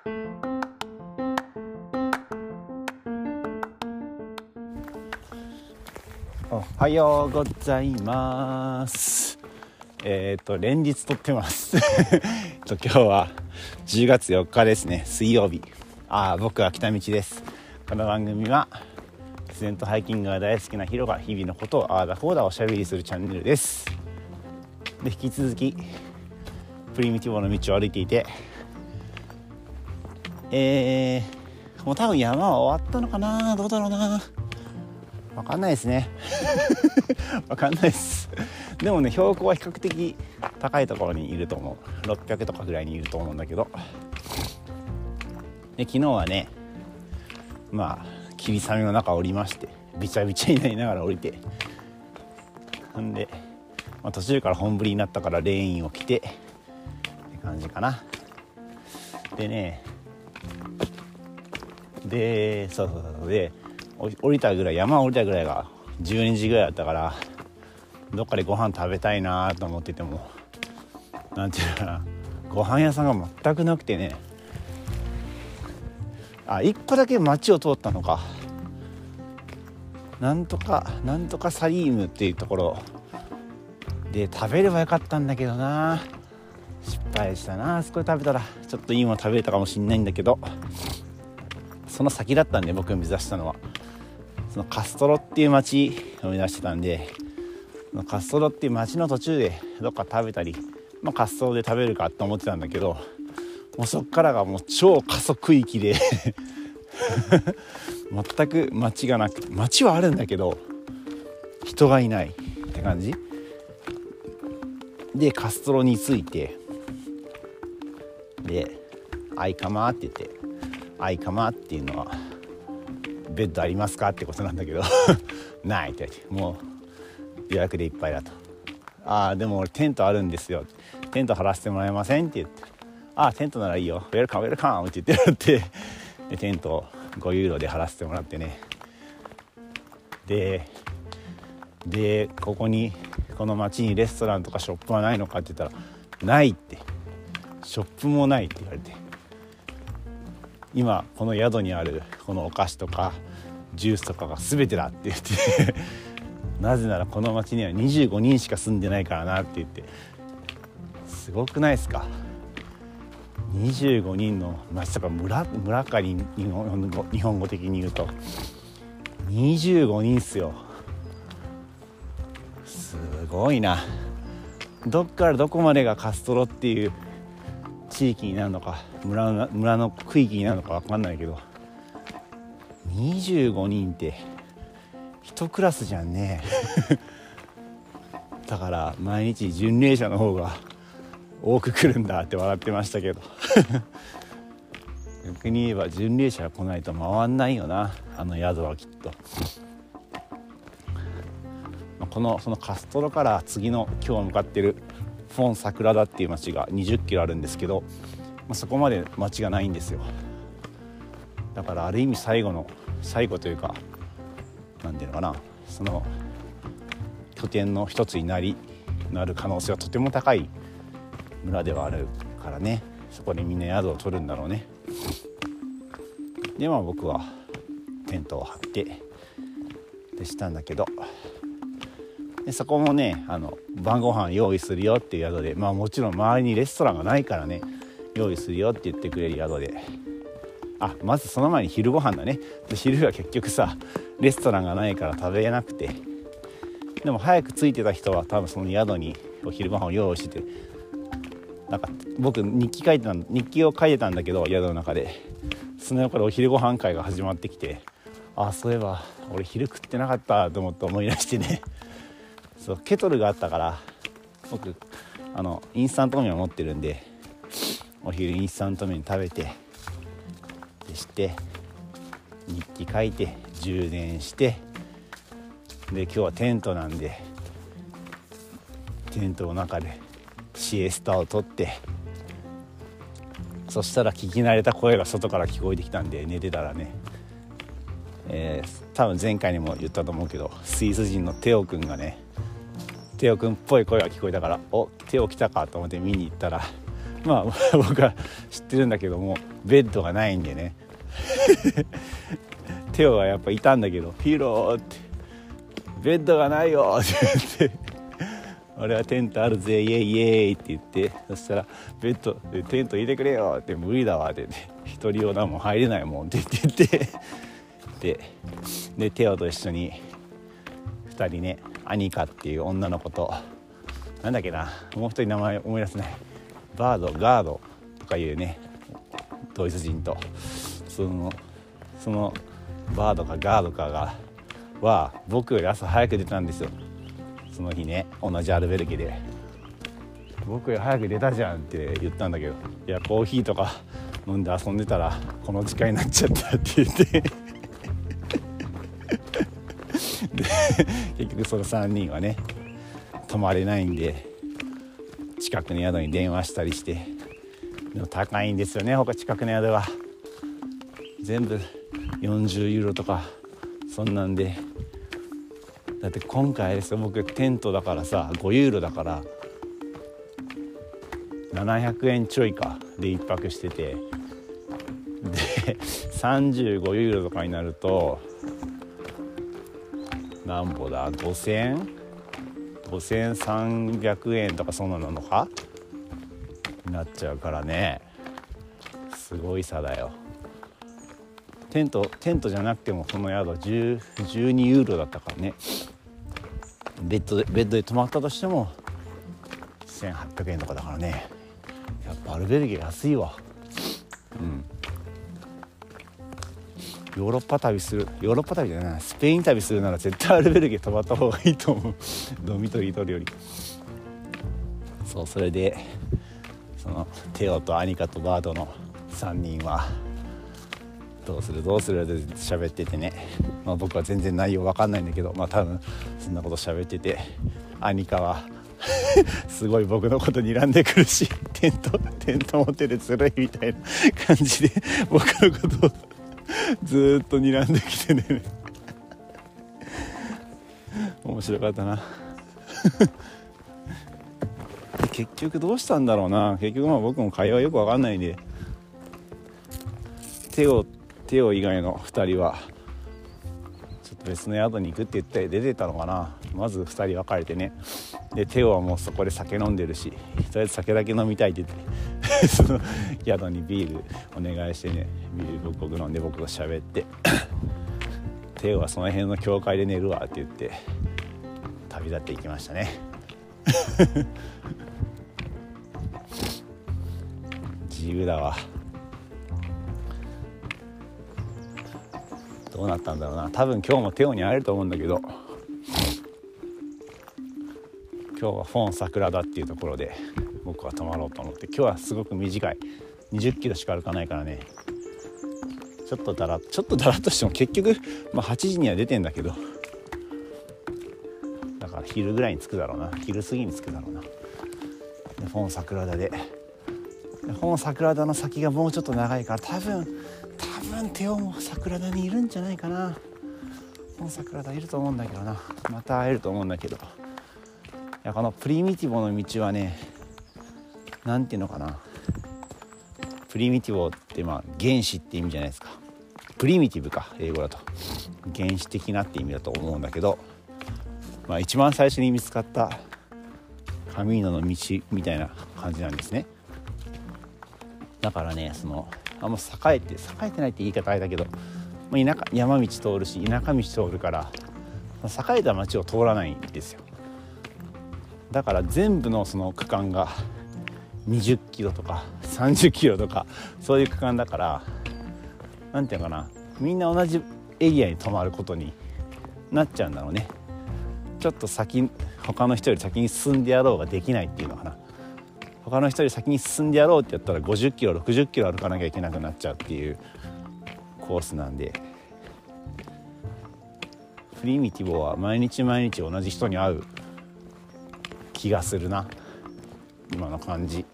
おはようございます。連日撮ってます今日は10月4日ですね、水曜日。僕は北道です。この番組は自然とハイキングが大好きなヒロが日々のことをあーだこーだおしゃべりするチャンネルです。で、引き続きプリミティブの道を歩いていて、もう多分山は終わったのかな、どうだろうな、わかんないですねわかんないです。でもね、標高は比較的高いところにいると思う。600とかぐらいにいると思うんだけど、で昨日はね、霧雨の中降りまして、びちゃびちゃになりながら降りて、んで、途中から本降りになったからレインを着てって感じかな。でね、で降りたぐらい、山を降りたぐらいが12時ぐらいだったから、どっかでご飯食べたいなと思ってても、なんていうのかな、ご飯屋さんが全くなくてね。一個だけ街を通ったのか、なんとかサリームっていうところで食べればよかったんだけどな、失敗したな。あそこで食べたらちょっといいもの食べれたかもしれないんだけど、その先だったんで、僕が目指したのはそのカストロっていう街を目指してたんで、そのカストロっていう街の途中でどっか食べたり、カストロで食べるかと思ってたんだけど、もうそっからがもう超過疎区域で全く街がなくて、街はあるんだけど人がいないって感じで、カストロに着いて、でアイカマって言って、アイカマっていうのはベッドありますかってことなんだけどないって言われて、もう予約でいっぱいだと。でも俺テントあるんですよ、テント張らせてもらえませんって言って、テントならいいよ、ウェルカムウェルカムって言ってもらって、でテントを5ユーロで張らせてもらってね。でこの町にレストランとかショップはないのかって言ったら、ないって、ショップもないって言われて、今この宿にあるこのお菓子とかジュースとかが全てだって言ってなぜならこの町には25人しか住んでないからなって言って。すごくないですか。25人の町とか村かに日本語的に言うと25人っすよ。すごいな。どっからどこまでがカストロっていう地域になるのか、村の区域になるのか分かんないけど、25人って一クラスじゃんねだから毎日巡礼者の方が多く来るんだって笑ってましたけど逆に言えば巡礼者が来ないと回んないよな、あの宿はきっと。そのカストロから次の今日向かってるフォンサクラダっていう町が20キロあるんですけど、そこまで町がないんですよ。だからある意味最後というか、なんていうのかな、その拠点の一つになる可能性はとても高い村ではあるからね、そこでみんな宿を取るんだろうね。で僕はテントを張ってでしたんだけど、でそこもね、晩ご飯用意するよっていう宿で、もちろん周りにレストランがないからね、用意するよって言ってくれる宿で、まずその前に昼ご飯だね。で昼は結局さ、レストランがないから食べれなくて、でも早く着いてた人は多分その宿にお昼ご飯を用意して、なんか僕日記を書いてたんだけど、宿の中でその横でお昼ご飯会が始まってきて、そういえば俺昼食ってなかったと思い出してねそうケトルがあったから、僕インスタント麺を持ってるんで、お昼インスタント麺食べてでして日記書いて充電して、で今日はテントなんでテントの中でシエスタを取って、そしたら聞き慣れた声が外から聞こえてきたんで寝てたらね、多分前回にも言ったと思うけど、スイス人のテオくんがね、テオくんっぽい声が聞こえたから、テオ来たかと思って見に行ったら、 まあ僕は知ってるんだけども、ベッドがないんでねテオはやっぱいたんだけど、ヒローってベッドがないよって言って俺はテントあるぜイエイイエイって言って、そしたらベッドでテント入れてくれよって、無理だわって、一人用だもん入れないもんって言ってでテオと一緒に2人ね、アニカっていう女の子と、なんだっけな、もう一人名前思い出せない、ガードとかいうねドイツ人と、そのバードかガードかは僕より朝早く出たんですよ。その日ね、同じアルベルゲで僕より早く出たじゃんって言ったんだけど、いやコーヒーとか飲んで遊んでたらこの時間になっちゃったって言ってで結局その3人はね泊まれないんで、近くの宿に電話したりして、でも高いんですよね、他近くの宿は全部40ユーロとかそんなんで、だって今回ですよ、僕テントだからさ5ユーロだから700円ちょいかで1泊してて、で35ユーロとかになるとなんぼだ、5300円とかそんなのかなっちゃうからね、すごい差だよ。テントじゃなくてもその宿12ユーロだったからね、ベッドで泊まったとしても1800円とかだからね、やっぱアルベルゲ安いわ。ヨーロッパ旅じゃない、スペイン旅するなら絶対アルベルゲ泊まった方がいいと思うドミトリー取るより。それでそのテオとアニカとバードの3人はどうするって喋っててね、僕は全然内容わかんないんだけど、多分そんなこと喋ってて、アニカはすごい僕のこと睨んでくるし、テント持っててずるいみたいな感じで僕のことをずっと睨んできてね面白かったな結局どうしたんだろうな。結局僕も会話よくわかんないんで、テオ以外の2人はちょっと別の宿に行くって言って出てたのかな。まず2人別れてね、でテオはもうそこで酒飲んでるし、とりあえず酒だけ飲みたいって言ってその宿にビールお願いしてね、ビール僕飲んで僕と喋ってテオはその辺の教会で寝るわって言って旅立っていきましたね自由だわ。どうなったんだろうな。多分今日もテオに会えると思うんだけど、今日はフォン桜田っていうところで僕は泊まろうと思って、今日はすごく短い20キロしか歩かないからね、ちょっとだらっとしても結局、8時には出てんだけど、だから昼ぐらいに着くだろうな、昼過ぎに着くだろうな。でフォン桜田で、フォン桜田の先がもうちょっと長いから、多分テオも桜田にいるんじゃないかな。フォン桜田いると思うんだけどな、また会えると思うんだけど、いやこのプリミティボの道はね、なんていうのかな、プリミティボって原始って意味じゃないですか。プリミティブか、英語だと原始的なって意味だと思うんだけど、一番最初に見つかったカミーノの道みたいな感じなんですね。だからね、あんま栄えてないって言い方あれだけど、山道通るし田舎道通るから、栄えた町を通らないんですよ。だから全部のその区間が20キロとか30キロとかそういう区間だから、なんていうのかな、みんな同じエリアに泊まることになっちゃうんだろうね。ちょっと他の人より先に進んでやろうができないっていうのかな。他の人より先に進んでやろうってやったら50キロ60キロ歩かなきゃいけなくなっちゃうっていうコースなんで、プリミティボは毎日同じ人に会う気がするな、今の感じ。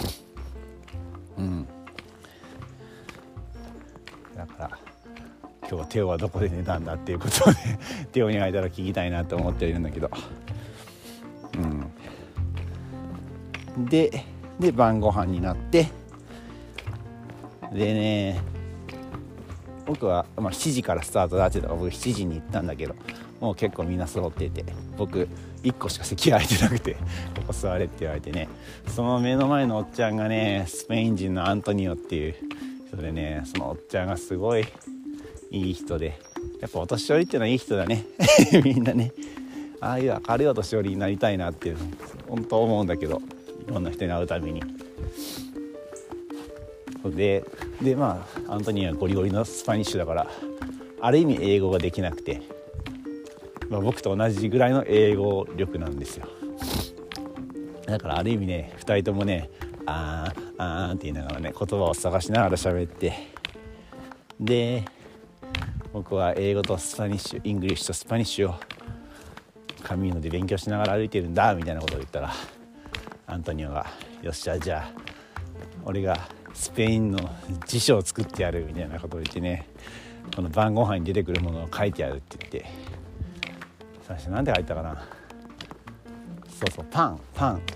だから今日テオはどこで寝たんだっていうことをねテオに会えたら聞きたいなと思っているんだけど、でで晩ご飯になって、でね僕は、7時からスタートだって言ったから僕7時に行ったんだけど、もう結構みんな揃ってて、僕1個しか席空いてなくて、ここ座れって言われてね、その目の前のおっちゃんがねスペイン人のアントニオっていう人でね、そのおっちゃんがすごいいい人で、やっぱお年寄りっていうのはいい人だねみんなね、ああいう明るいお年寄りになりたいなっていう本当思うんだけど、いろんな人に会うたびに。でアントニオはゴリゴリのスパニッシュだから、ある意味英語ができなくて、僕と同じぐらいの英語力なんですよ。だからある意味ね、2人ともねあーって言いながらね、言葉を探しながら喋って、で僕は英語とスパニッシュ、イングリッシュとスパニッシュをカミーノで勉強しながら歩いてるんだみたいなことを言ったら、アントニオがよっしゃ、じゃあ俺がスペインの辞書を作ってやるみたいなことを言ってね、この晩ご飯に出てくるものを書いてやるって言って、最初なんて書いたかな、そうパン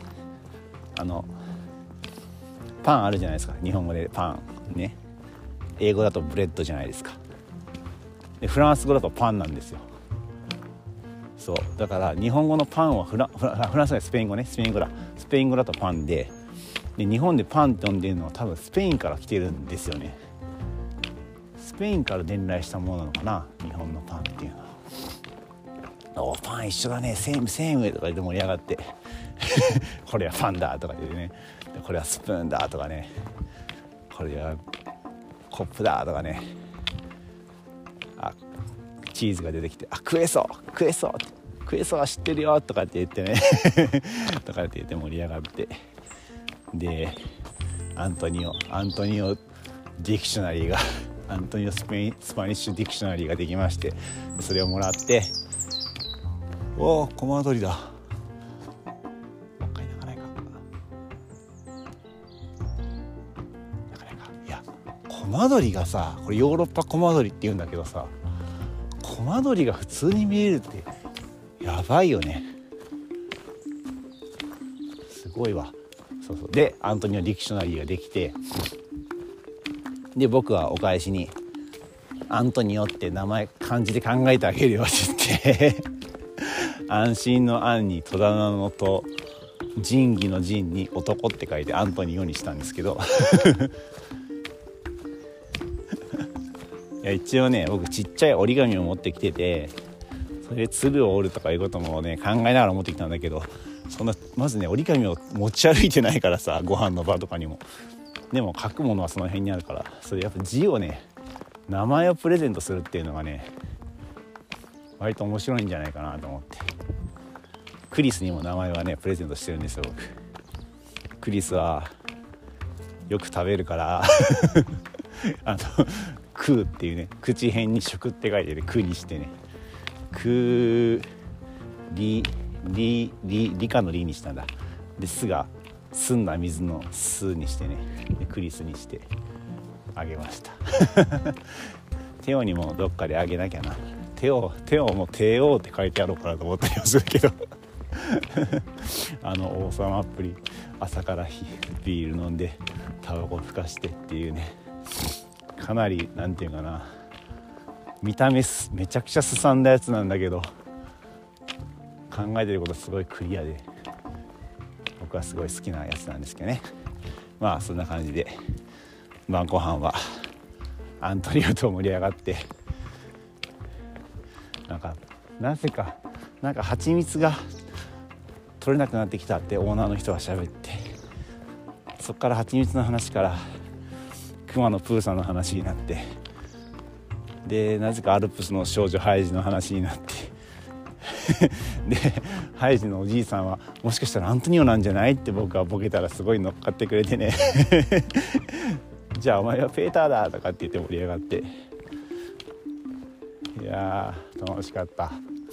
パンあるじゃないですか、日本語でパンね、英語だとブレッドじゃないですか。でフランス語だとパンなんですよ。そうだから日本語のパンはフランス語でスペイン語ね、スペイン語だとパンで、日本でパンって呼んでるのは多分スペインから来てるんですよね。スペインから伝来したものなのかな、日本のパンっていうのは。パン一緒だね、セームとか言って盛り上がってこれはパンだとか言ってね、これはスプーンだとかね、これはコップだとかね、チーズが出てきて、食えそうは知ってるよとかって言ってねとかって言って盛り上がって、でアントニオディクショナリーがアントニオスパニッシュディクショナリーができまして、それをもらって、おおコマ撮りだ、いやコマ撮りがさ、これヨーロッパコマ撮りって言うんだけどさ、コマ撮りが普通に見えるってやばいよね、すごいわ。そうでアントニオディクショナリーができて、で僕はお返しにアントニオって名前漢字で考えてあげるよって言って安心の安に戸棚の戸、仁義の仁に男って書いてアントニオにしたんですけどいや一応ね、僕ちっちゃい折り紙を持ってきてて、それで鶴を折るとかいうこともね考えながら持ってきたんだけど、そんなまずね折り紙を持ち歩いてないからさ、ご飯の場とかにも。でも書くものはその辺にあるから、それやっぱ字をね、名前をプレゼントするっていうのがね割と面白いんじゃないかなと思って、クリスにも名前はねプレゼントしてるんですよ僕。クリスはよく食べるから食うっていうね、口辺に食って書いてて食にしてね、理科の理にしたんだ。で酢が澄んだ水の酢にしてね、でクリスにしてあげましたテオにもどっかであげなきゃな。テオも帝王って書いてあろうかなと思ったりもするけど王様っぷり、朝からビール飲んでタバコふかしてっていうね、かなりなんていうかな、見た目めちゃくちゃすさんだやつなんだけど、考えてることすごいクリアで僕はすごい好きなやつなんですけどね。そんな感じで晩ご飯はアントニオと盛り上がって、なぜか蜂蜜が取れなくなってきたってオーナーの人が喋って、そっから蜂蜜の話から熊野プーさんの話になって、でなぜかアルプスの少女ハイジの話になってでハイジのおじいさんはもしかしたらアントニオなんじゃないって僕はボケたらすごい乗っかってくれてねじゃあお前はペーターだとかって言って盛り上がって、いやー楽しかった。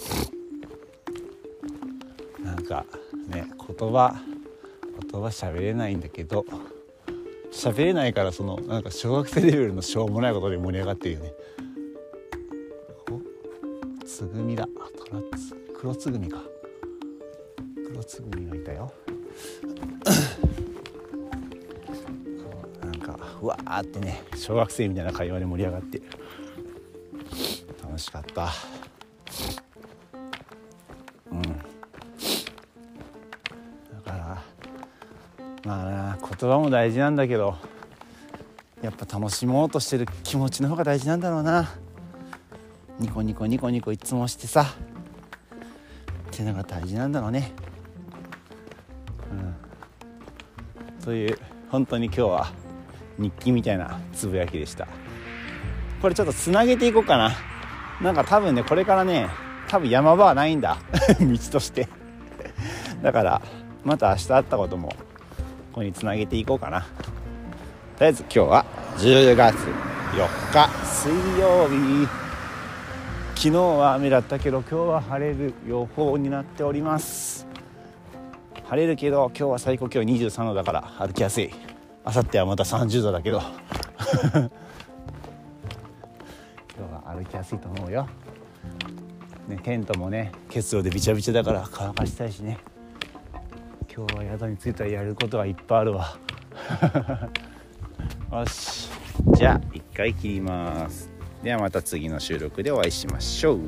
ね、言葉喋れないんだけど、喋れないから小学生レベルのしょうもないことで盛り上がってるよね。つぐみだ、黒つぐみがいたようわーってね、小学生みたいな会話で盛り上がって楽しかった。だからまあ言葉も大事なんだけど、やっぱ楽しもうとしてる気持ちの方が大事なんだろうな。ニコニコニコニコいつもしてさっていうのが大事なんだろうね。という本当に今日は日記みたいなつぶやきでした。これちょっとつなげていこうかな。なんか多分ね、これからね、多分山場はないんだ道としてだからまた明日会ったこともここにつなげていこうかな。とりあえず今日は10月4日水曜日。昨日は雨だったけど今日は晴れる予報になっております。晴れるけど今日は最高気温23度だから歩きやすい。明後日はまた30度だけど今日は歩きやすいと思うよ、ね、テントもね結露でびちゃびちゃだから乾かしたいしね。今日は宿に着いたらやることがいっぱいあるわよし、じゃあ一回切ります。ではまた次の収録でお会いしましょう。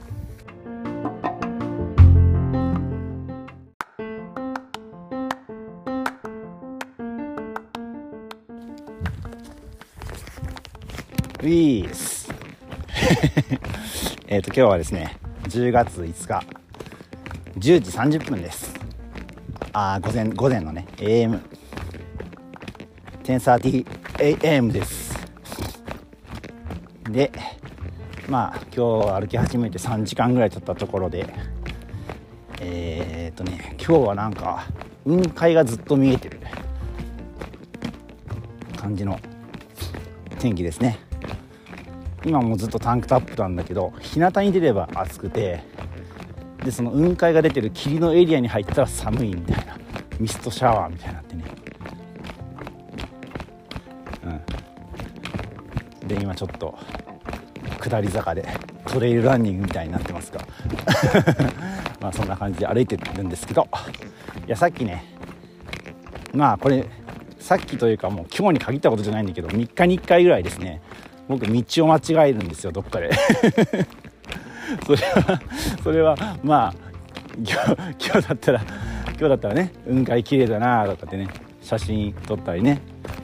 ウィース今日はですね10月5日10時30分です。午前のね AM10:30 AM です。でまあ今日歩き始めて3時間ぐらい経ったところで今日はなんか雲海がずっと見えてる感じの天気ですね。今もずっとタンクトップなんだけど、日向に出れば暑くて、でその雲海が出てる霧のエリアに入ったら寒いみたいな、ミストシャワーみたいになってね、で今ちょっと下り坂でトレイルランニングみたいになってますがまあそんな感じで歩いてるんですけど、いやさっきね、まあこれさっきというかもう今日に限ったことじゃないんだけど、3日に1回ぐらいですね、僕道を間違えるんですよ、どっかでそれはまあ今日だったらね、雲海綺麗だなとかってね、写真撮ったりね、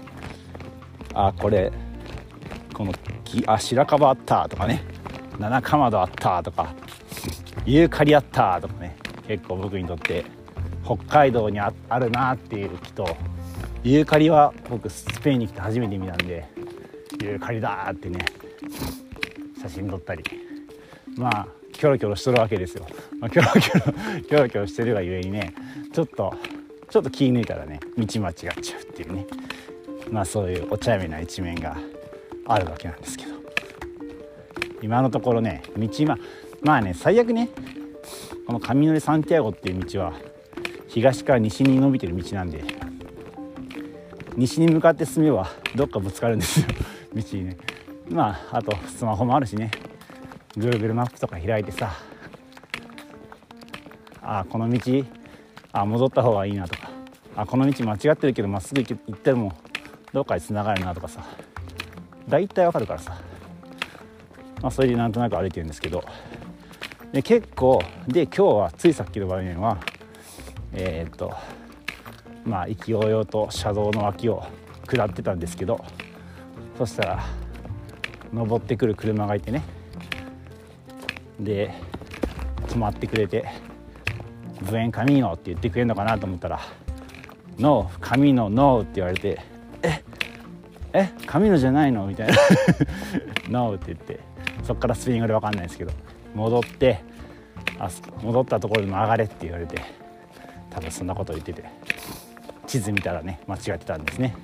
この白樺あったとかね、七かまどあったとか、ユーカリあったとかね、結構僕にとって北海道に あるなっていう木と、ユーカリは僕スペインに来て初めて見たんで、ユーカリだーってね写真撮ったり、まあキョロキョロしとるわけですよ。キョロキョロしてるがゆえにね、ちょっと気抜いたらね道間違っちゃうっていうね、まあそういうお茶目な一面があるわけなんですけど、今のところねまあね、最悪ね、このカミノレ・サンティアゴっていう道は東から西に伸びてる道なんで、西に向かって進めばどっかぶつかるんですよ道にね。まああとスマホもあるしね、 Google マップとか開いてさ、この道戻った方がいいなとか、この道間違ってるけどまっすぐ行ってもどっかに繋がるなとかさ、大体わかるからさ、それでなんとなく歩いてるんですけど、で結構で今日はついさっきの場面は意気揚々と車道の脇を下ってたんですけど、そしたら登ってくる車がいてね、で止まってくれて、ブエンカミーノって言ってくれるのかなと思ったら、ノーカミーノノーって言われて、カミーノじゃないのみたいなノーって言って、そっからスペイン語で分かんないですけど、戻ったところでも上がれって言われて、多分そんなことを言ってて、地図見たらね間違ってたんですね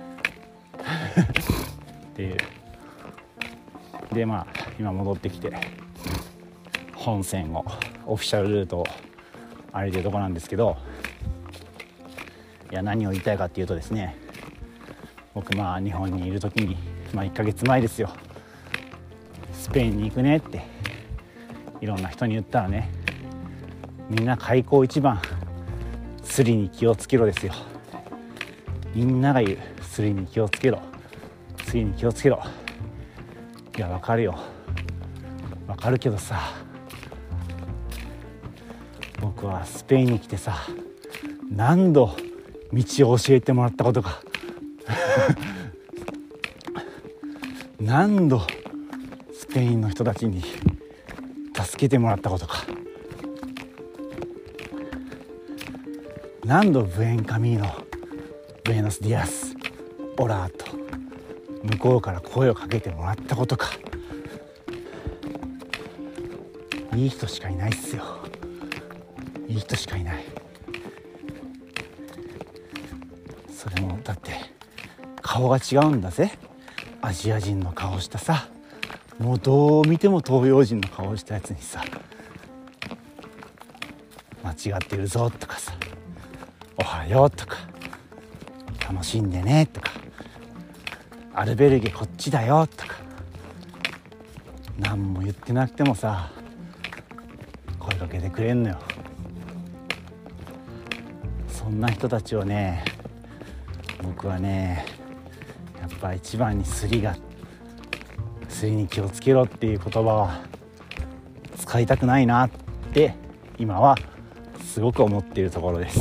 っていうで、まあ今戻ってきて本線をオフィシャルルートを歩いてるとこなんですけど、いや何を言いたいかっていうとですね、僕日本にいる時に1ヶ月前ですよ、スペインに行くねっていろんな人に言ったらね、みんな開口一番スリに気をつけろですよ。みんなが言うスリに気をつけろ、 次に気をつけろ。いや、わかるよ、わかるけどさ、僕はスペインに来てさ、何度道を教えてもらったことか何度スペインの人たちに助けてもらったことか、何度ブエンカミーノ、ブエノスディアス、オラーと向こうから声をかけてもらったことか。いい人しかいないっすよ、いい人しかいない。それもだって顔が違うんだぜ。アジア人の顔したさ、もうどう見ても東洋人の顔したやつにさ、間違ってるぞとかさ、おはようとか、楽しんでねとか、アルベルゲこっちだよとか、何も言ってなくてもさ、声かけてくれんのよ。そんな人たちをね、僕はね、やっぱ一番にスリに気をつけろっていう言葉は使いたくないなって今はすごく思っているところです。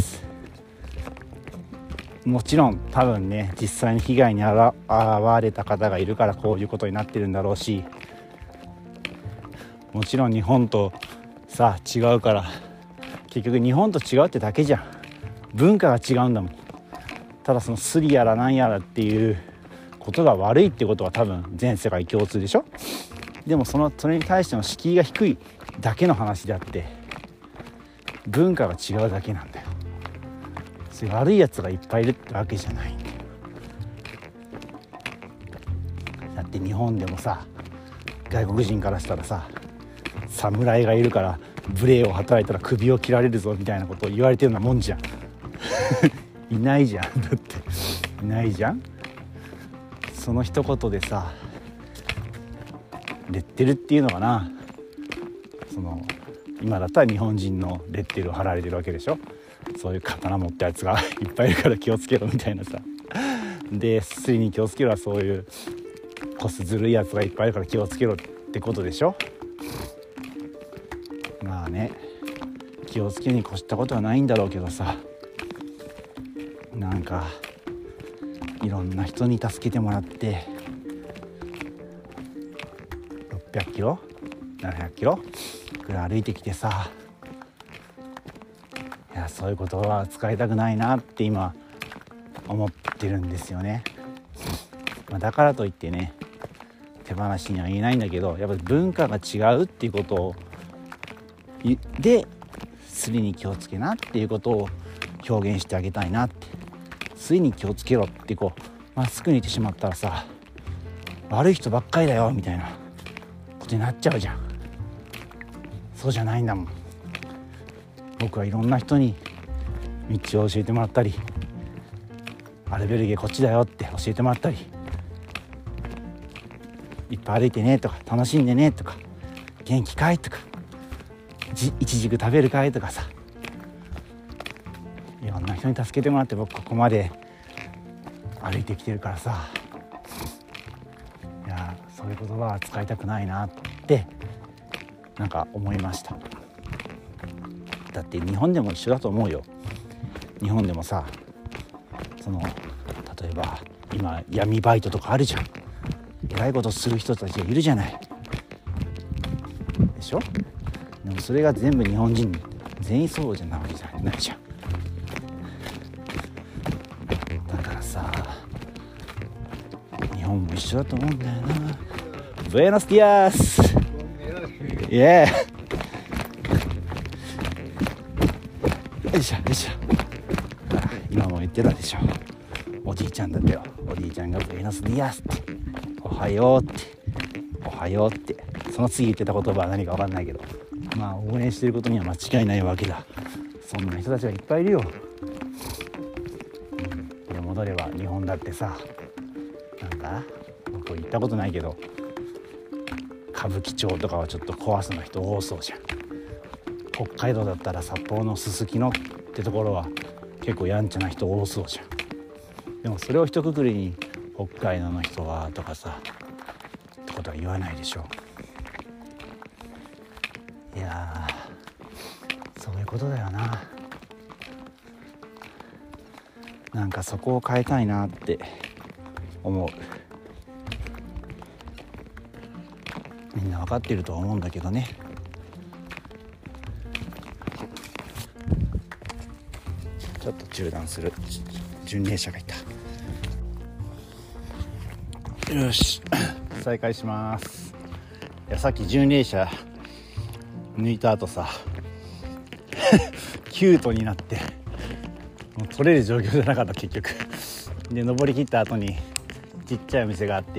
もちろん多分ね、実際に被害に遭われた方がいるからこういうことになってるんだろうし、もちろん日本とさ違うから、結局日本と違うってだけじゃん。文化が違うんだもん。ただそのスリやらなんやらっていうことが悪いってことは多分全世界共通でしょ。でもそれに対しての敷居が低いだけの話であって、文化が違うだけなんだよ。そういう悪いやつがいっぱいいるってわけじゃないんだよ。だって日本でもさ、外国人からしたらさ、侍がいるから無礼を働いたら首を切られるぞみたいなことを言われてるようなもんじゃんいないじゃん、だっていないじゃん。その一言でさ、レッテルっていうのかな、今だったら日本人のレッテルを貼られてるわけでしょ。そういう刀持ったやつがいっぱいいるから気をつけろみたいなさ。で、スリに気をつけろはそういうコスずるいやつがいっぱいいるから気をつけろってことでしょ。まあね、気をつけに越したことはないんだろうけどさ、なんかいろんな人に助けてもらって600キロ700キロくらい歩いてきてさ、いや、そういう言葉は使いたくないなって今思ってるんですよね。だからといってね、手放しには言えないんだけど、やっぱり文化が違うっていうことをで、スリに気をつけなっていうことを表現してあげたいなって。スリに気をつけろってまっすぐに言ってしまったらさ、悪い人ばっかりだよみたいなことになっちゃうじゃん。そうじゃないんだもん。僕はいろんな人に道を教えてもらったり、アルベルゲこっちだよって教えてもらったり、いっぱい歩いてねとか、楽しんでねとか、元気かいとか、いちじく食べるかいとかさ、いろんな人に助けてもらって僕ここまで歩いてきてるからさ、いや、そういう言葉は使いたくないなってなんか思いました。だって日本でも一緒だと思うよ。日本でもさ、例えば今闇バイトとかあるじゃん。えらいことする人たちがいるじゃないでしょ。でもそれが全部日本人全員そうじゃないじゃん。だからさ、日本も一緒だと思うんだよな。ブエノスディアスイエー、よいしょよいしょ。今も言ってたでしょ、おじいちゃんだったよ。おじいちゃんがブエノスディアスって、おはようって、おはようって、その次言ってた言葉は何か分かんないけど、まあ応援してることには間違いないわけだ。そんな人たちがいっぱいいるよ。で戻れば日本だってさ、なんだ、僕行ったことないけど歌舞伎町とかはちょっと怖そうな人多そうじゃん。北海道だったら札幌のすすきのってところは結構やんちゃな人多そうじゃん。でもそれを一括りに北海道の人はとかさってことは言わないでしょ。いやそういうことだよな。なんかそこを変えたいなって思う。みんな分かってるとは思うんだけどね。ちょっと中断する。巡礼者がいた。よし再開します。いやさっき巡礼者抜いた後さキュートになってもう取れる状況じゃなかった。結局で登り切った後にちっちゃいお店があって、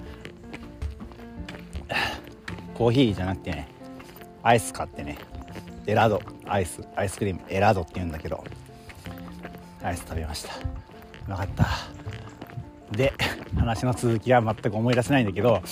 コーヒーじゃなくてねアイス買ってね、エラドアイスクリームエラドって言うんだけど、アイス食べました。うまかった。で話の続きは全く思い出せないんだけど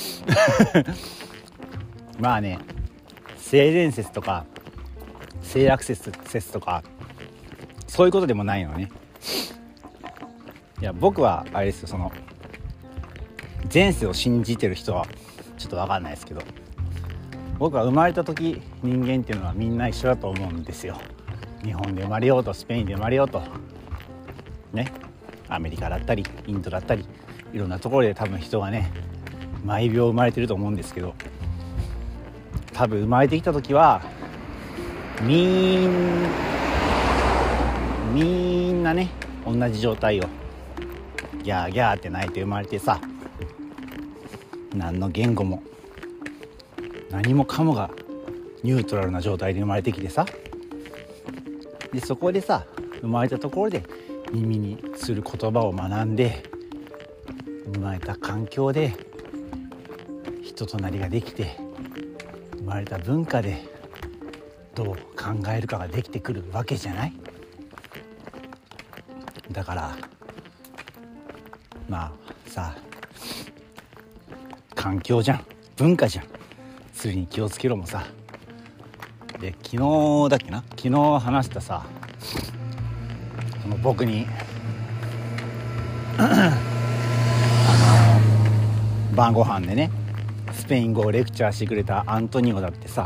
まあね、性善説とか性悪説とかそういうことでもないのね。いや僕はあれですよ、その前世を信じてる人はちょっと分かんないですけど、僕は生まれた時人間っていうのはみんな一緒だと思うんですよ。日本で生まれようとスペインで生まれようとね、アメリカだったりインドだったりいろんなところで多分人がね毎秒生まれてると思うんですけど、多分生まれてきた時はみんなね同じ状態をギャーギャーって泣いて生まれてさ、何の言語も何もかもがニュートラルな状態で生まれてきてさ、でそこでさ生まれたところで耳にする言葉を学んで、生まれた環境で人となりができて、生まれた文化でどう考えるかができてくるわけじゃない。だからまあさ、環境じゃん、文化じゃん、釣りに気をつけろもさ。で昨日話したさ、その僕に晩ご飯でねスペイン語をレクチャーしてくれたアントニオだってさ、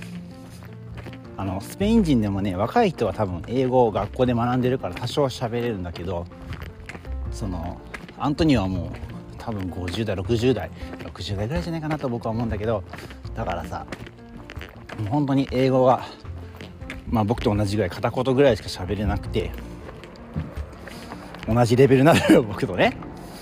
スペイン人でもね若い人は多分英語を学校で学んでるから多少喋れるんだけど、そのアントニオはもう多分50代60代ぐらいじゃないかなと僕は思うんだけど、だからさもう本当に英語がまあ僕と同じぐらい片言ぐらいしか喋れなくて、同じレベルなのよ僕とね。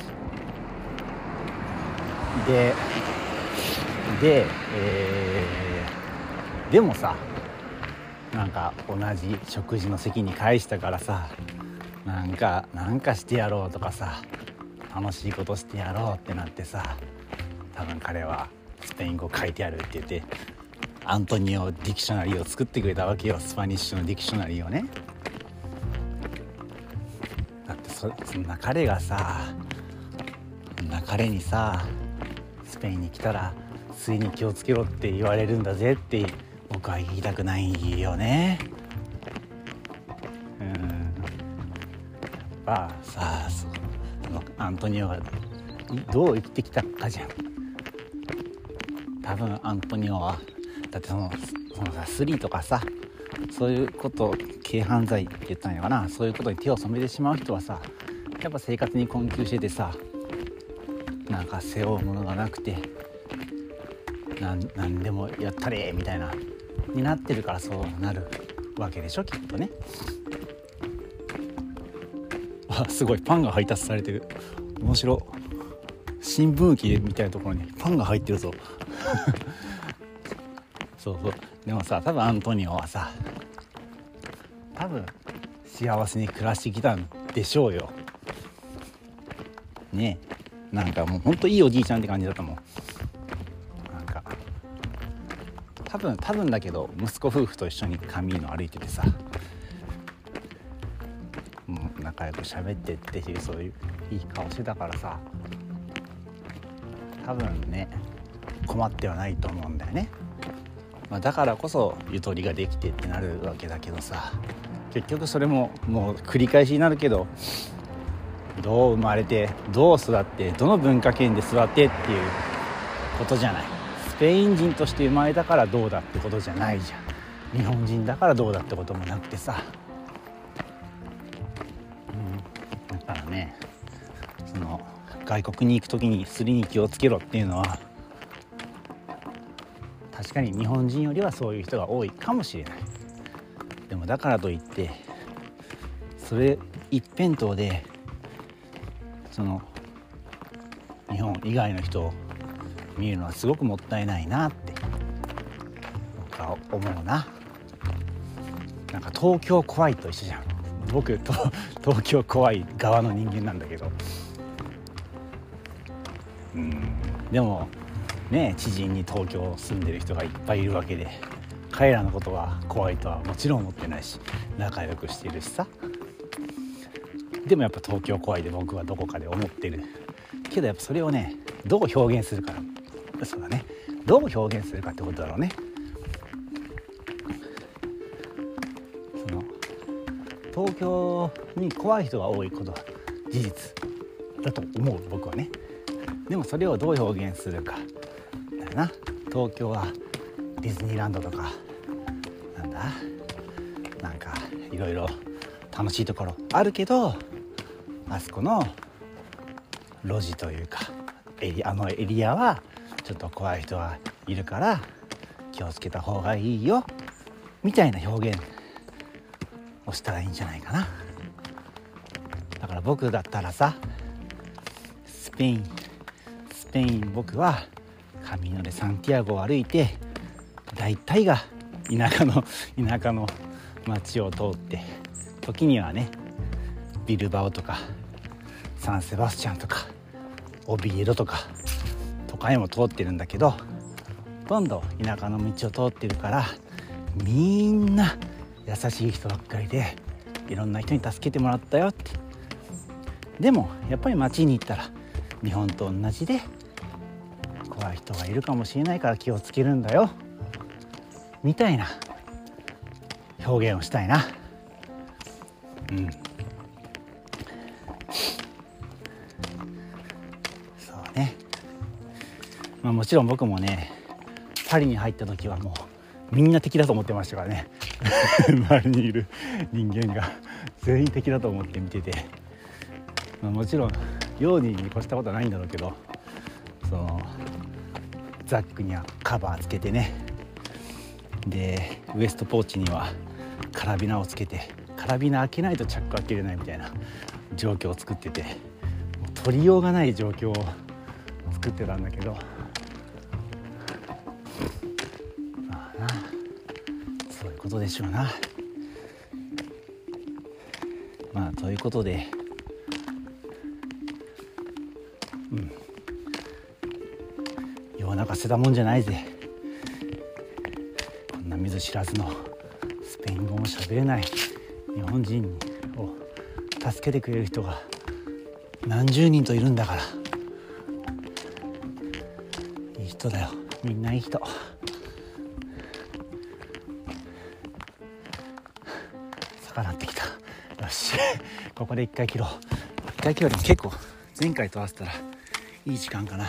でもさ、なんか同じ食事の席に返したからさ、なんかしてやろうとかさ、楽しいことしてやろうってなってさ、多分彼はスペイン語書いてあるって言ってアントニオディクショナリーを作ってくれたわけよ。スパニッシュのディクショナリーをね。だってそんな彼がさ、そんな彼にさスペインに来たら水に気をつけろって言われるんだぜって僕は言いたくないよね。やっぱさ、そのアントニオがどう生きてきたかじゃん。多分アントニオはだってそのさスリとかさ、そういうこと軽犯罪って言ったんやかな、そういうことに手を染めてしまう人はさ、やっぱ生活に困窮しててさ、なんか背負うものがなくて何でもやったれみたいなになってるからそうなるわけでしょきっとね。すごいパンが配達されてる。面白。新聞機みたいなところにパンが入ってるぞそうでもさ、多分アントニオはさ多分幸せに暮らしてきたんでしょうよね。なんかもうほんといいおじいちゃんって感じだったもん。なんか多分だけど息子夫婦と一緒にカミーノ歩いててさ、もう仲良く喋ってっていう、そういういい顔してたからさ、多分ね困ってはないと思うんだよね。だからこそゆとりができてってなるわけだけどさ、結局それももう繰り返しになるけど、 どう生まれてどう育ってどの文化圏で育ってっていうことじゃない。スペイン人として生まれたからどうだってことじゃないじゃん。日本人だからどうだってこともなくてさ、だからね、その外国に行く時にスリに気をつけろっていうのは確かに日本人よりはそういう人が多いかもしれない。でもだからといってそれ一辺倒でその日本以外の人を見るのはすごくもったいないなって僕は思うな。なんか東京怖いと一緒じゃん。僕と東京怖い側の人間なんだけど、でもね、知人に東京住んでる人がいっぱいいるわけで、彼らのことは怖いとはもちろん思ってないし仲良くしてるしさ。でもやっぱ東京怖いで僕はどこかで思ってるけど、やっぱそれをねどう表現するか、そうだね、どう表現するかってことだろうね。その東京に怖い人が多いことは事実だと思う僕はね。でもそれをどう表現するかだよな。東京はディズニーランドとかなんかいろいろ楽しいところあるけど、あそこの路地というかあのエリアはちょっと怖い人がいるから気をつけた方がいいよみたいな表現をしたらいいんじゃないかな。だから僕だったらさ、スペイン僕はカミノ・デ・サンティアゴを歩いて大体が田舎の街を通って、時にはねビルバオとかサンセバスチャンとかオビエドとか都会も通ってるんだけど、ほとんど田舎の道を通ってるからみんな優しい人ばっかりでいろんな人に助けてもらったよって。でもやっぱり街に行ったら日本と同じで怖い人がいるかもしれないから気をつけるんだよみたいな表現をしたいな。そうね。もちろん僕もねパリに入った時はもうみんな敵だと思ってましたからね周りにいる人間が全員敵だと思って見てて、もちろん用心に越したことはないんだろうけど、そのザックにはカバーつけてね、でウエストポーチにはカラビナをつけて、カラビナ開けないとチャック開けれないみたいな状況を作ってて、もう取りようがない状況を作ってたんだけど、まあな、そういうことでしょうな。まあということで、世の中捨てたもんじゃないぜ。こんな見ず知らずのスペイン語も喋れない日本人を助けてくれる人が何十人といるんだから、いい人だよ、みんないい人。逆らってきた。よしここで一回切ろう。一回切るでも結構前回と合わせたらいい時間かな。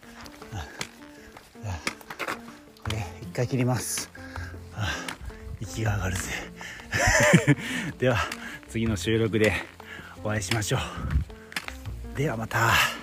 これ一回切ります。息が上がるぜでは次の収録でお会いしましょう。ではまた。